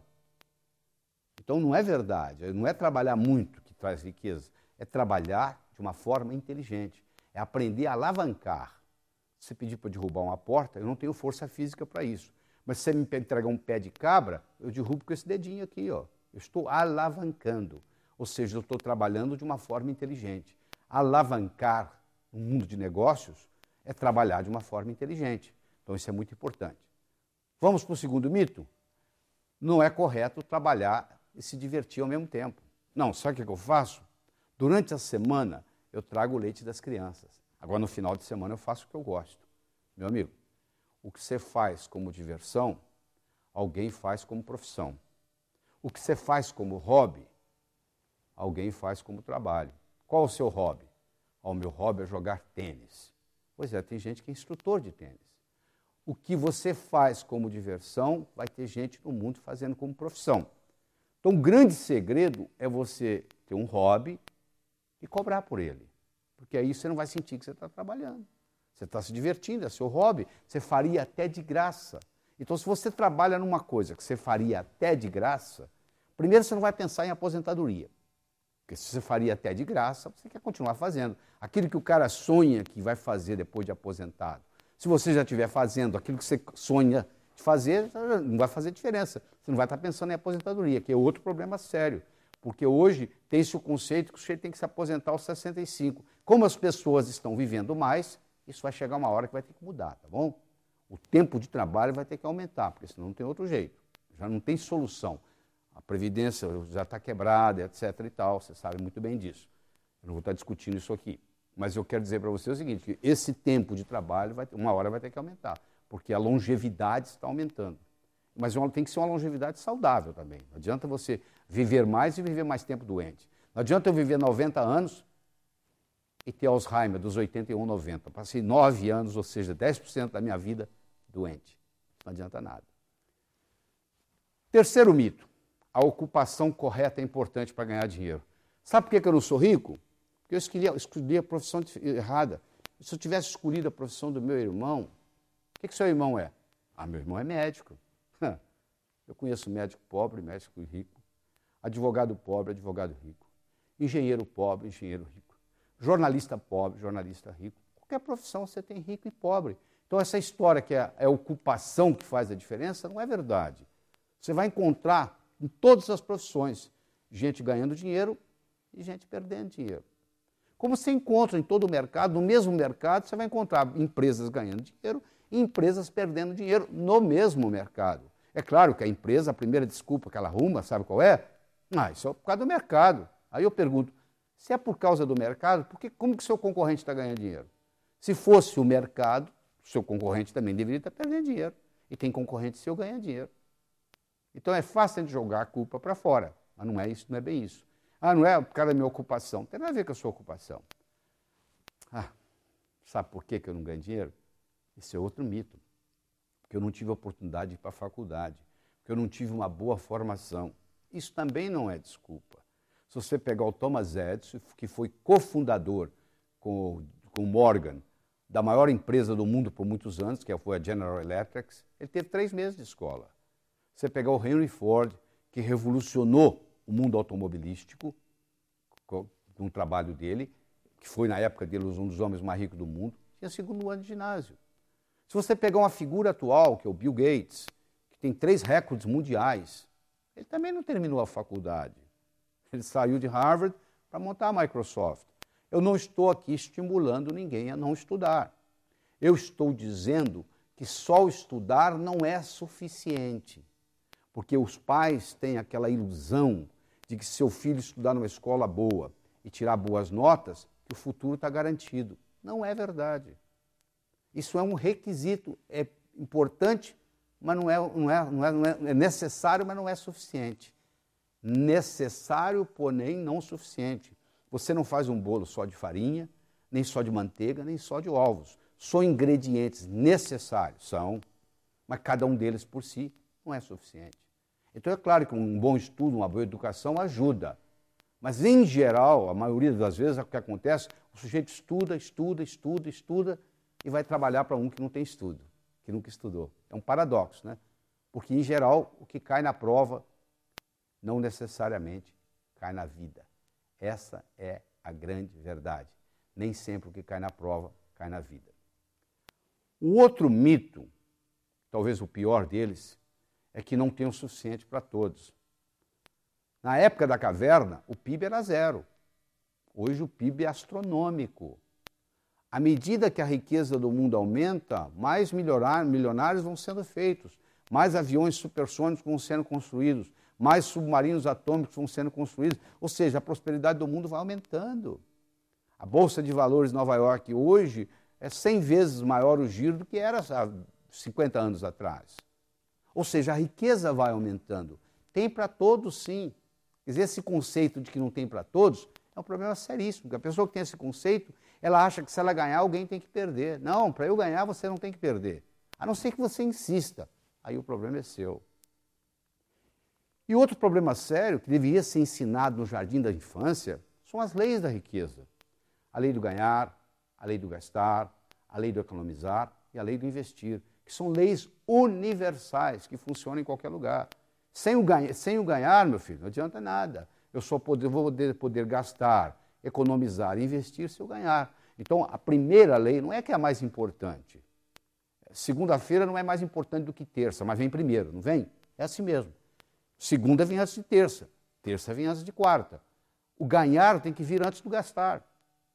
Então não é verdade, não é trabalhar muito que traz riqueza, é trabalhar de uma forma inteligente, é aprender a alavancar. Se você pedir para derrubar uma porta, eu não tenho força física para isso. Mas se você me entregar um pé de cabra, eu derrubo com esse dedinho aqui, ó. Eu estou alavancando. Ou seja, eu estou trabalhando de uma forma inteligente. Alavancar no mundo de negócios é trabalhar de uma forma inteligente. Então, isso é muito importante. Vamos para o segundo mito? Não é correto trabalhar e se divertir ao mesmo tempo. Não, sabe o que eu faço? Durante a semana, eu trago o leite das crianças. Agora, no final de semana, eu faço o que eu gosto. Meu amigo, o que você faz como diversão, alguém faz como profissão. O que você faz como hobby, alguém faz como trabalho. Qual o seu hobby? Oh, o meu hobby é jogar tênis. Pois é, tem gente que é instrutor de tênis. O que você faz como diversão, vai ter gente no mundo fazendo como profissão. Então, o grande segredo é você ter um hobby e cobrar por ele. Porque aí você não vai sentir que você está trabalhando. Você está se divertindo, é seu hobby. Você faria até de graça. Então, se você trabalha numa coisa que você faria até de graça, primeiro você não vai pensar em aposentadoria. Porque se você faria até de graça, você quer continuar fazendo. Aquilo que o cara sonha que vai fazer depois de aposentado. Se você já estiver fazendo aquilo que você sonha de fazer, não vai fazer diferença. Você não vai estar pensando em aposentadoria, que é outro problema sério. Porque hoje tem-se o conceito que o sujeito tem que se aposentar aos sessenta e cinco. Como as pessoas estão vivendo mais, isso vai chegar uma hora que vai ter que mudar, tá bom? O tempo de trabalho vai ter que aumentar, porque senão não tem outro jeito. Já não tem solução. A Previdência já está quebrada, etc e tal, você sabe muito bem disso. Eu não vou estar discutindo isso aqui. Mas eu quero dizer para você o seguinte, que esse tempo de trabalho, vai ter, uma hora vai ter que aumentar, porque a longevidade está aumentando. Mas tem que ser uma longevidade saudável também. Não adianta você viver mais e viver mais tempo doente. Não adianta eu viver noventa anos e ter Alzheimer dos oitenta e um, noventa. Passei nove anos, ou seja, dez por cento da minha vida doente. Não adianta nada. Terceiro mito. A ocupação correta é importante para ganhar dinheiro. Sabe por que eu não sou rico? Porque eu escolhi, escolhi a profissão errada. Se eu tivesse escolhido a profissão do meu irmão, o que, que seu irmão é? Ah, meu irmão é médico. Eu conheço médico pobre, médico rico. Advogado pobre, advogado rico. Engenheiro pobre, engenheiro rico. Jornalista pobre, jornalista rico. Qualquer profissão você tem rico e pobre. Então essa história que é, é a ocupação que faz a diferença não é verdade. Você vai encontrar em todas as profissões gente ganhando dinheiro e gente perdendo dinheiro. Como você encontra em todo o mercado, no mesmo mercado, você vai encontrar empresas ganhando dinheiro e empresas perdendo dinheiro no mesmo mercado. É claro que a empresa, a primeira desculpa que ela arruma, sabe qual é? Ah, isso é por causa do mercado. Aí eu pergunto, se é por causa do mercado, por que, como que seu concorrente está ganhando dinheiro? Se fosse o mercado, seu concorrente também deveria estar perdendo dinheiro. E tem concorrente seu ganhando dinheiro. Então é fácil de jogar a culpa para fora. Mas não é isso, não é bem isso. Ah, não é por causa da minha ocupação. Não tem nada a ver com a sua ocupação. Ah, sabe por que eu não ganho dinheiro? Esse é outro mito. Porque eu não tive a oportunidade de ir para a faculdade. Porque eu não tive uma boa formação. Isso também não é desculpa. Se você pegar o Thomas Edison, que foi cofundador com o Morgan, da maior empresa do mundo por muitos anos, que foi a General Electric, ele teve três meses de escola. Você pegar o Henry Ford, que revolucionou o mundo automobilístico, com, com o trabalho dele, que foi na época dele um dos homens mais ricos do mundo, tinha segundo ano de ginásio. Se você pegar uma figura atual, que é o Bill Gates, que tem três recordes mundiais, Ele também não terminou a faculdade. Ele saiu de Harvard para montar a Microsoft. Eu não estou aqui estimulando ninguém a não estudar. Eu estou dizendo que só estudar não é suficiente, porque os pais têm aquela ilusão de que se seu filho estudar numa escola boa e tirar boas notas, que o futuro está garantido. Não é verdade. Isso é um requisito, é importante, mas não é, não é, não é, não é, é necessário, mas não é suficiente. Necessário, porém não suficiente. Você não faz um bolo só de farinha, nem só de manteiga, nem só de ovos. São ingredientes necessários, são, mas cada um deles por si não é suficiente. Então é claro que um bom estudo, uma boa educação ajuda. Mas em geral, a maioria das vezes, o que acontece, o sujeito estuda, estuda, estuda, estuda e vai trabalhar para um que não tem estudo, que nunca estudou. É um paradoxo, né? Porque em geral, o que cai na prova não necessariamente cai na vida. Essa é a grande verdade. Nem sempre o que cai na prova cai na vida. O outro mito, talvez o pior deles, é que não tem o suficiente para todos. Na época da caverna, o P I B era zero. Hoje o P I B é astronômico. À medida que a riqueza do mundo aumenta, mais milionários vão sendo feitos, mais aviões supersônicos vão sendo construídos, mais submarinos atômicos vão sendo construídos, ou seja, a prosperidade do mundo vai aumentando. A Bolsa de Valores de Nova York hoje é cem vezes maior o giro do que era há cinquenta anos atrás. Ou seja, a riqueza vai aumentando. Tem para todos, sim. Quer dizer, esse conceito de que não tem para todos é um problema seríssimo, porque a pessoa que tem esse conceito, ela acha que se ela ganhar, alguém tem que perder. Não, para eu ganhar, você não tem que perder. A não ser que você insista. Aí o problema é seu. E outro problema sério, que deveria ser ensinado no jardim da infância, são as leis da riqueza. A lei do ganhar, a lei do gastar, a lei do economizar e a lei do investir, que são leis universais, que funcionam em qualquer lugar. Sem o, ganha, sem o ganhar, meu filho, não adianta nada. Eu só poder, vou poder, poder gastar, economizar e investir se eu ganhar. Então, a primeira lei não é que é a mais importante. Segunda-feira não é mais importante do que terça, mas vem primeiro, não vem? É assim mesmo. Segunda vem antes de terça, terça vem antes de quarta. O ganhar tem que vir antes do gastar.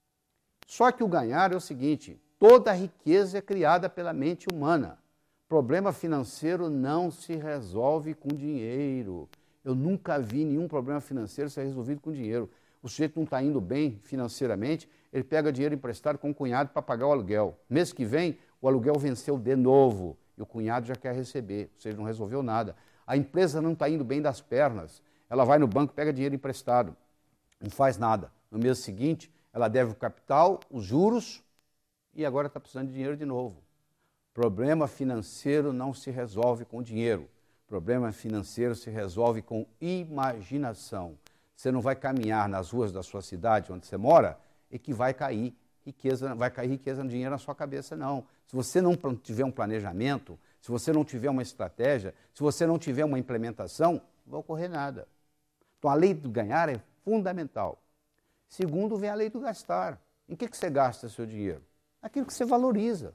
Só que o ganhar é o seguinte, toda a riqueza é criada pela mente humana. Problema financeiro não se resolve com dinheiro. Eu nunca vi nenhum problema financeiro ser resolvido com dinheiro. O sujeito não está indo bem financeiramente, ele pega dinheiro emprestado com o cunhado para pagar o aluguel. Mês que vem, o aluguel venceu de novo e o cunhado já quer receber, ou seja, não resolveu nada. A empresa não está indo bem das pernas, ela vai no banco, pega dinheiro emprestado, não faz nada. No mês seguinte, ela deve o capital, os juros e agora está precisando de dinheiro de novo. Problema financeiro não se resolve com dinheiro. Problema financeiro se resolve com imaginação. Você não vai caminhar nas ruas da sua cidade, onde você mora, e que vai cair riqueza, vai cair riqueza no dinheiro na sua cabeça, não. Se você não tiver um planejamento, se você não tiver uma estratégia, se você não tiver uma implementação, não vai ocorrer nada. Então, a lei do ganhar é fundamental. Segundo, vem a lei do gastar. Em que, que você gasta seu dinheiro? Aquilo que você valoriza.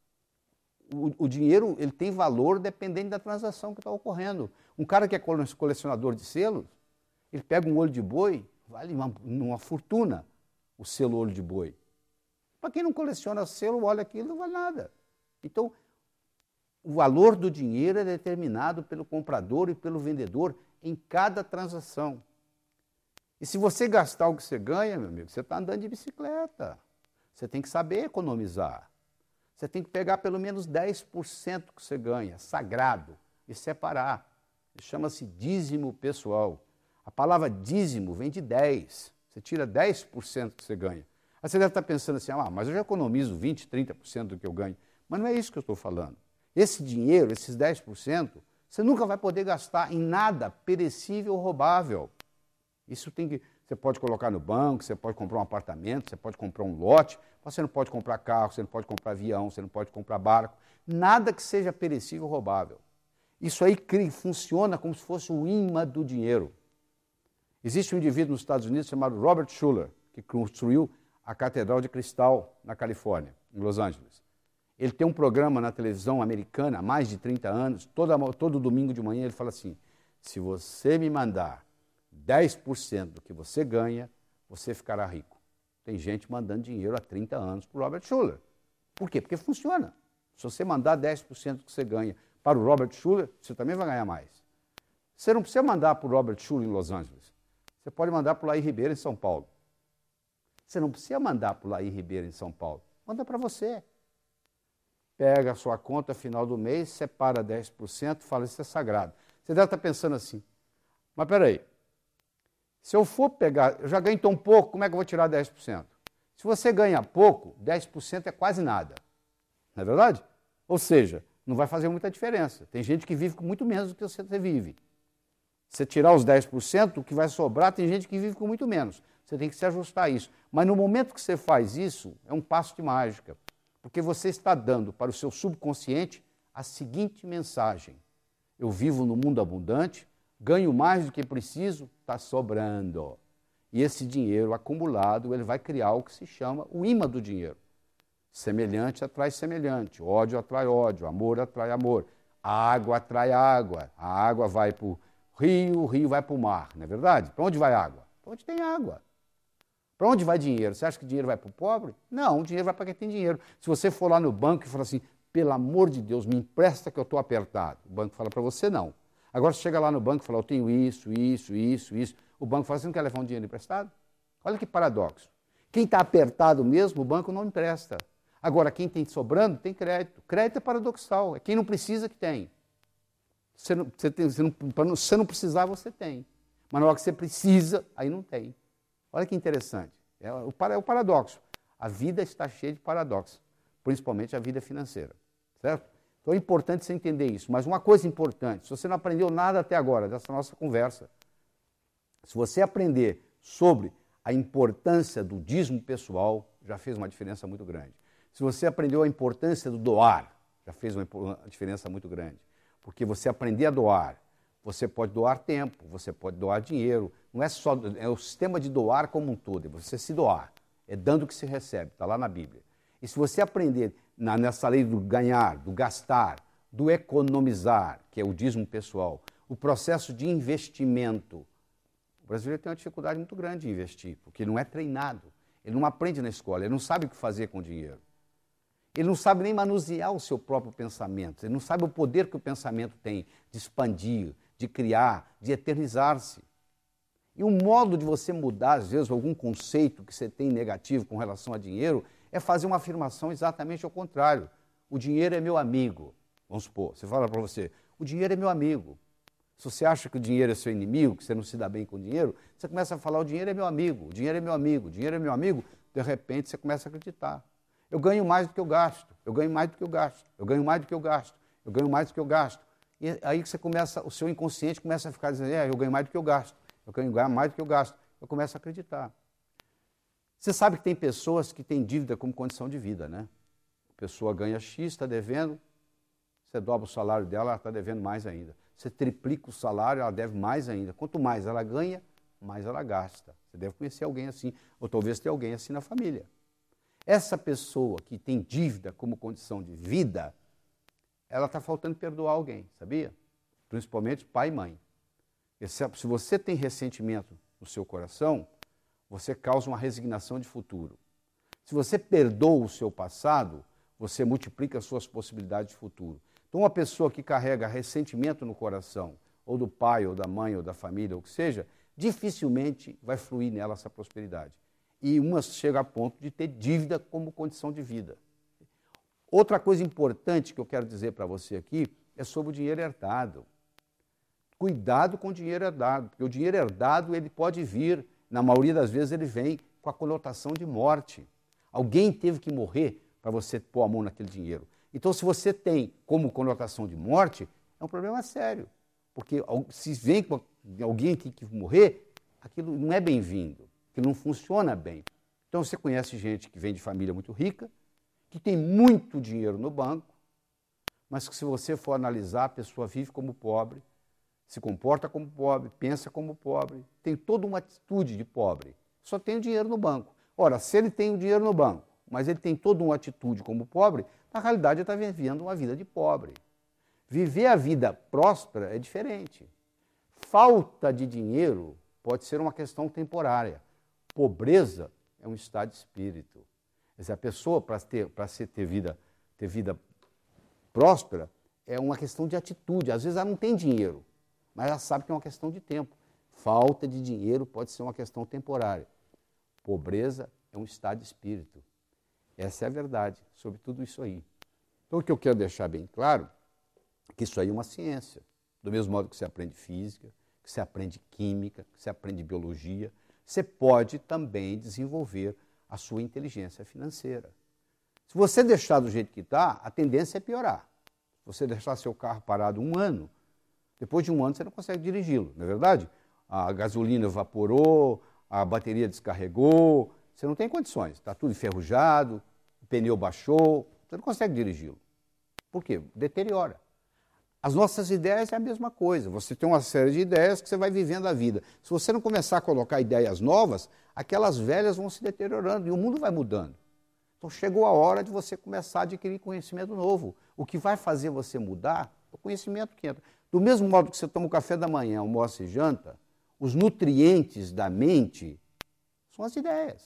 O, o dinheiro ele tem valor dependendo da transação que está ocorrendo. Um cara que é colecionador de selos, ele pega um olho de boi, vale uma, uma fortuna o selo olho de boi. Para quem não coleciona selo, olha aquilo, não vale nada. Então, o valor do dinheiro é determinado pelo comprador e pelo vendedor em cada transação. E se você gastar o que você ganha, meu amigo, você está andando de bicicleta. Você tem que saber economizar. Você tem que pegar pelo menos dez por cento que você ganha, sagrado, e separar. Chama-se dízimo pessoal. A palavra dízimo vem de dez. Você tira dez por cento que você ganha. Aí você deve estar pensando assim, ah, mas eu já economizo vinte, trinta por cento do que eu ganho. Mas não é isso que eu estou falando. Esse dinheiro, esses dez por cento, você nunca vai poder gastar em nada perecível ou roubável. Isso tem que... Você pode colocar no banco, você pode comprar um apartamento, você pode comprar um lote, mas você não pode comprar carro, você não pode comprar avião, você não pode comprar barco. Nada que seja perecível ou roubável. Isso aí funciona como se fosse o imã do dinheiro. Existe um indivíduo nos Estados Unidos chamado Robert Schuller, que construiu a Catedral de Cristal na Califórnia, em Los Angeles. Ele tem um programa na televisão americana há mais de trinta anos, toda, todo domingo de manhã ele fala assim, se você me mandar dez por cento do que você ganha, você ficará rico. Tem gente mandando dinheiro há trinta anos para o Robert Schuller. Por quê? Porque funciona. Se você mandar dez por cento do que você ganha para o Robert Schuller, você também vai ganhar mais. Você não precisa mandar para o Robert Schuller em Los Angeles. Você pode mandar para o Laí Ribeiro em São Paulo. Você não precisa mandar para o Laí Ribeiro em São Paulo. Manda para você. Pega a sua conta final do mês, separa dez por cento, fala, isso é sagrado. Você deve estar pensando assim, mas peraí, se eu for pegar, eu já ganho tão pouco, como é que eu vou tirar dez por cento? Se você ganha pouco, dez por cento é quase nada. Não é verdade? Ou seja, não vai fazer muita diferença. Tem gente que vive com muito menos do que você vive. Você tirar os dez por cento, o que vai sobrar, tem gente que vive com muito menos. Você tem que se ajustar a isso. Mas no momento que você faz isso, é um passo de mágica. Porque você está dando para o seu subconsciente a seguinte mensagem. Eu vivo no mundo abundante, ganho mais do que preciso, está sobrando. E esse dinheiro acumulado, ele vai criar o que se chama o imã do dinheiro. Semelhante atrai semelhante, ódio atrai ódio, amor atrai amor, a água atrai água, a água vai para o rio, o rio vai para o mar, não é verdade? Para onde vai água? Para onde tem água. Para onde vai dinheiro? Você acha que dinheiro vai para o pobre? Não, o dinheiro vai para quem tem dinheiro. Se você for lá no banco e falar assim, pelo amor de Deus, me empresta que eu estou apertado. O banco fala para você, não. Agora, você chega lá no banco e fala, eu tenho isso, isso, isso, isso. O banco fala, você não quer levar um dinheiro emprestado? Olha que paradoxo. Quem está apertado mesmo, o banco não empresta. Agora, quem tem sobrando, tem crédito. Crédito é paradoxal, é quem não precisa que tem. Você não, você tem, você não, para você não precisar, você tem. Mas na hora que você precisa, aí não tem. Olha que interessante. É o, é o paradoxo. A vida está cheia de paradoxos, principalmente a vida financeira. Certo? Então é importante você entender isso. Mas uma coisa importante, se você não aprendeu nada até agora dessa nossa conversa, se você aprender sobre a importância do dízimo pessoal, já fez uma diferença muito grande. Se você aprendeu a importância do doar, já fez uma diferença muito grande. Porque você aprender a doar, você pode doar tempo, você pode doar dinheiro. Não é só, é o sistema de doar como um todo, é você se doar. É dando que se recebe, está lá na Bíblia. E se você aprender na, nessa lei do ganhar, do gastar, do economizar, que é o dízimo pessoal, o processo de investimento, o brasileiro tem uma dificuldade muito grande de investir, porque ele não é treinado, ele não aprende na escola, ele não sabe o que fazer com o dinheiro. Ele não sabe nem manusear o seu próprio pensamento, ele não sabe o poder que o pensamento tem de expandir, de criar, de eternizar-se. E o modo de você mudar, às vezes, algum conceito que você tem negativo com relação a dinheiro, é fazer uma afirmação exatamente ao contrário. O dinheiro é meu amigo. Vamos supor, você fala para você, o dinheiro é meu amigo. Se você acha que o dinheiro é seu inimigo, que você não se dá bem com o dinheiro, você começa a falar, o dinheiro é meu amigo, o dinheiro é meu amigo, o dinheiro é meu amigo, de repente você começa a acreditar. Eu ganho mais do que eu gasto, eu ganho mais do que eu gasto, eu ganho mais do que eu gasto, eu ganho mais do que eu gasto. E aí você começa, o seu inconsciente começa a ficar dizendo, é, eu ganho mais do que eu gasto, eu ganho mais do que eu gasto. Eu começo a acreditar. Você sabe que tem pessoas que têm dívida como condição de vida, né? A pessoa ganha X, está devendo, você dobra o salário dela, ela está devendo mais ainda. Você triplica o salário, ela deve mais ainda. Quanto mais ela ganha, mais ela gasta. Você deve conhecer alguém assim, ou talvez ter alguém assim na família. Essa pessoa que tem dívida como condição de vida, ela está faltando perdoar alguém, sabia? Principalmente pai e mãe. Se você tem ressentimento no seu coração, você causa uma resignação de futuro. Se você perdoa o seu passado, você multiplica as suas possibilidades de futuro. Então, uma pessoa que carrega ressentimento no coração, ou do pai, ou da mãe, ou da família, ou o que seja, dificilmente vai fluir nela essa prosperidade. E uma chega a ponto de ter dívida como condição de vida. Outra coisa importante que eu quero dizer para você aqui é sobre o dinheiro herdado. Cuidado com o dinheiro herdado, porque o dinheiro herdado ele pode vir, na maioria das vezes ele vem com a conotação de morte. Alguém teve que morrer para você pôr a mão naquele dinheiro. Então, se você tem como conotação de morte, é um problema sério. Porque se vem com alguém que tem que morrer, aquilo não é bem-vindo, aquilo não funciona bem. Então, você conhece gente que vem de família muito rica, que tem muito dinheiro no banco, mas que se você for analisar, a pessoa vive como pobre, se comporta como pobre, pensa como pobre, tem toda uma atitude de pobre, só tem o dinheiro no banco. Ora, se ele tem o dinheiro no banco, mas ele tem toda uma atitude como pobre, na realidade ele está vivendo uma vida de pobre. Viver a vida próspera é diferente. falta de dinheiro pode ser uma questão temporária. Pobreza é um estado de espírito. Quer dizer, a pessoa, para ter, para ter, vida, ter vida próspera, é uma questão de atitude. Às vezes ela não tem dinheiro, mas ela sabe que é uma questão de tempo. Falta de dinheiro pode ser uma questão temporária. Pobreza é um estado de espírito. Essa é a verdade sobre tudo isso aí. Então, o que eu quero deixar bem claro é que isso aí é uma ciência. Do mesmo modo que você aprende física, que você aprende química, que você aprende biologia, você pode também desenvolver a sua inteligência financeira. Se você deixar do jeito que está, a tendência é piorar. Se você deixar seu carro parado um ano, depois de um ano você não consegue dirigi-lo, não é verdade? A gasolina evaporou, a bateria descarregou, você não tem condições, está tudo enferrujado, o pneu baixou, você não consegue dirigi-lo. Por quê? Deteriora. As nossas ideias é a mesma coisa. Você tem uma série de ideias que você vai vivendo a vida. Se você não começar a colocar ideias novas, aquelas velhas vão se deteriorando e o mundo vai mudando. Então chegou a hora de você começar a adquirir conhecimento novo. O que vai fazer você mudar é o conhecimento que entra. Do mesmo modo que você toma o café da manhã, almoça e janta, os nutrientes da mente são as ideias.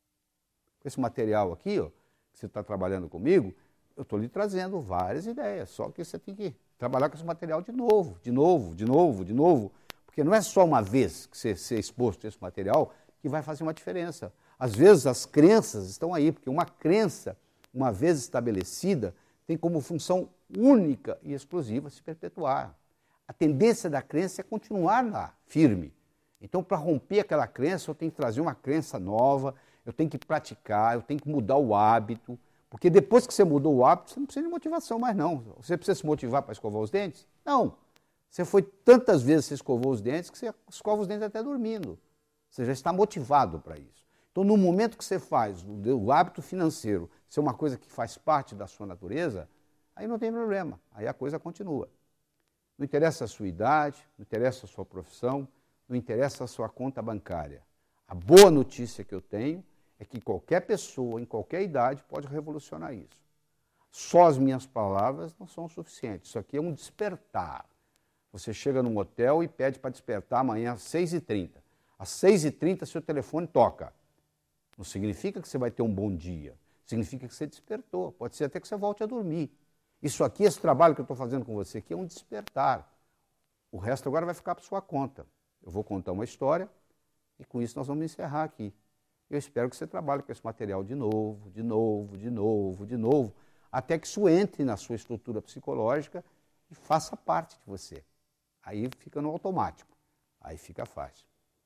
Esse material aqui, ó, que você está trabalhando comigo, eu estou lhe trazendo várias ideias, só que você tem que trabalhar com esse material de novo, de novo, de novo, de novo, porque não é só uma vez que você ser exposto a esse material que vai fazer uma diferença. Às vezes as crenças estão aí, porque uma crença, uma vez estabelecida, tem como função única e exclusiva se perpetuar. A tendência da crença é continuar lá, firme. Então, para romper aquela crença, eu tenho que trazer uma crença nova, eu tenho que praticar, eu tenho que mudar o hábito, porque depois que você mudou o hábito, você não precisa de motivação mais não. Você precisa se motivar para escovar os dentes? Não. Você foi tantas vezes que você escovou os dentes que você escova os dentes até dormindo. Você já está motivado para isso. Então, no momento que você faz o, o hábito financeiro ser uma coisa que faz parte da sua natureza, aí não tem problema, aí a coisa continua. Não interessa a sua idade, não interessa a sua profissão, não interessa a sua conta bancária. A boa notícia que eu tenho é que qualquer pessoa, em qualquer idade, pode revolucionar isso. Só as minhas palavras não são suficientes. Isso aqui é um despertar. Você chega num hotel e pede para despertar amanhã às seis e trinta. Às seis e trinta, seu telefone toca. Não significa que você vai ter um bom dia. Significa que você despertou. Pode ser até que você volte a dormir. Isso aqui, esse trabalho que eu estou fazendo com você aqui, é um despertar. O resto agora vai ficar por sua conta. Eu vou contar uma história e com isso nós vamos encerrar aqui. Eu espero que você trabalhe com esse material de novo, de novo, de novo, de novo, até que isso entre na sua estrutura psicológica e faça parte de você. Aí fica no automático, aí fica fácil.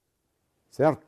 Certo?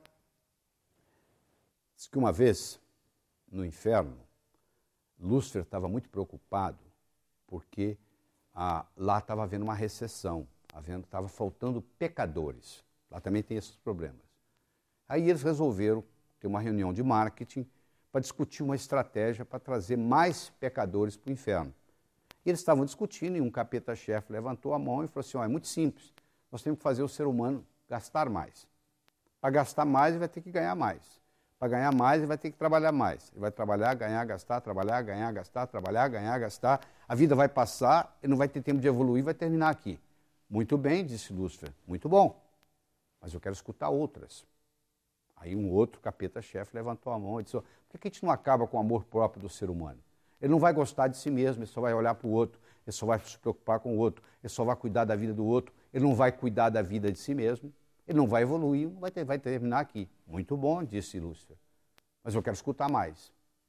Diz que uma vez, no inferno, Lúcifer estava muito preocupado porque ah, lá estava havendo uma recessão, havendo, estava faltando pecadores. Lá também tem esses problemas. Aí eles resolveram ter uma reunião de marketing para discutir uma estratégia para trazer mais pecadores para o inferno. E eles estavam discutindo e um capeta-chefe levantou a mão e falou assim, oh, é muito simples, nós temos que fazer o ser humano gastar mais. Para gastar mais, ele vai ter que ganhar mais. Para ganhar mais, ele vai ter que trabalhar mais. Ele vai trabalhar, ganhar, gastar, trabalhar, ganhar, gastar, trabalhar, ganhar, gastar. A vida vai passar, ele não vai ter tempo de evoluir, vai terminar aqui. Muito bem, disse Lúcifer, muito bom, mas eu quero escutar outras. Aí um outro capeta-chefe levantou a mão e disse, oh, por que a gente não acaba com o amor próprio do ser humano? Ele não vai gostar de si mesmo, ele só vai olhar para o outro, ele só vai se preocupar com o outro, ele só vai cuidar da vida do outro, ele não vai cuidar da vida de si mesmo, ele não vai evoluir, vai, ter, vai terminar aqui. Muito bom, disse Lúcifer, mas eu quero escutar mais.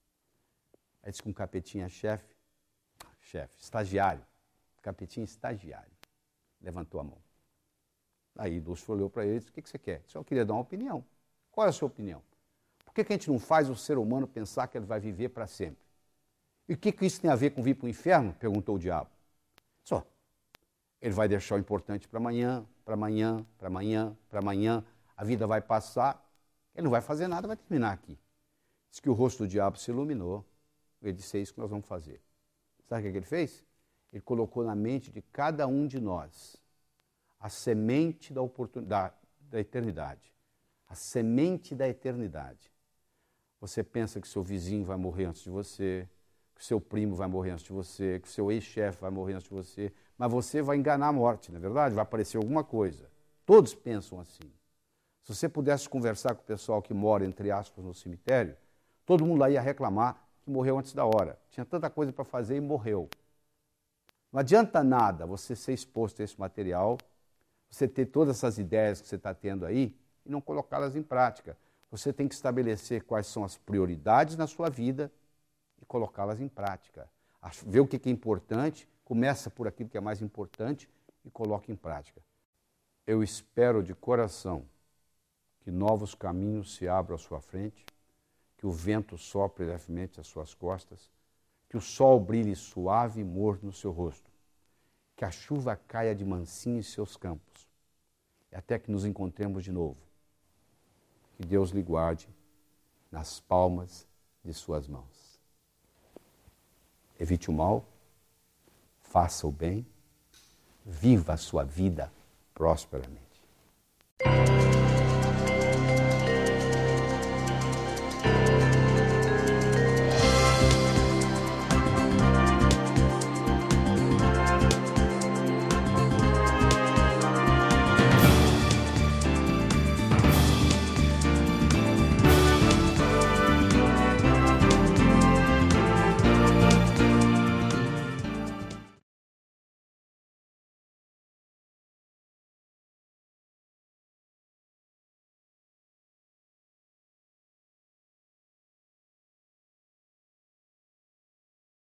Aí disse que um capetinha-chefe, chefe, estagiário, capetinha estagiário, levantou a mão. Aí Lúcifer olhou para ele e disse, o que, que você quer? Eu queria dar uma opinião. Qual é a sua opinião? Por que, que a gente não faz o ser humano pensar que ele vai viver para sempre? E o que, que isso tem a ver com vir para o inferno? Perguntou o diabo. Só. Ele vai deixar o importante para amanhã, para amanhã, para amanhã, para amanhã. A vida vai passar, ele não vai fazer nada, vai terminar aqui. Diz que o rosto do diabo se iluminou. Ele disse, é isso que nós vamos fazer. Sabe o que, que ele fez? Ele colocou na mente de cada um de nós a semente da, oportunidade, da eternidade. A semente da eternidade. Você pensa que seu vizinho vai morrer antes de você, que seu primo vai morrer antes de você, que seu ex-chefe vai morrer antes de você, mas você vai enganar a morte, não é verdade? Vai aparecer alguma coisa. Todos pensam assim. Se você pudesse conversar com o pessoal que mora, entre aspas, no cemitério, todo mundo lá ia reclamar que morreu antes da hora. Tinha tanta coisa para fazer e morreu. Não adianta nada você ser exposto a esse material, você ter todas essas ideias que você está tendo aí e não colocá-las em prática. Você tem que estabelecer quais são as prioridades na sua vida e colocá-las em prática. Ver o que é importante, começa por aquilo que é mais importante e coloca em prática. Eu espero de coração que novos caminhos se abram à sua frente, que o vento sopre levemente às suas costas, que o sol brilhe suave e morno no seu rosto, que a chuva caia de mansinho em seus campos, e até que nos encontremos de novo. Que Deus lhe guarde nas palmas de suas mãos. Evite o mal, faça o bem, viva a sua vida prosperamente.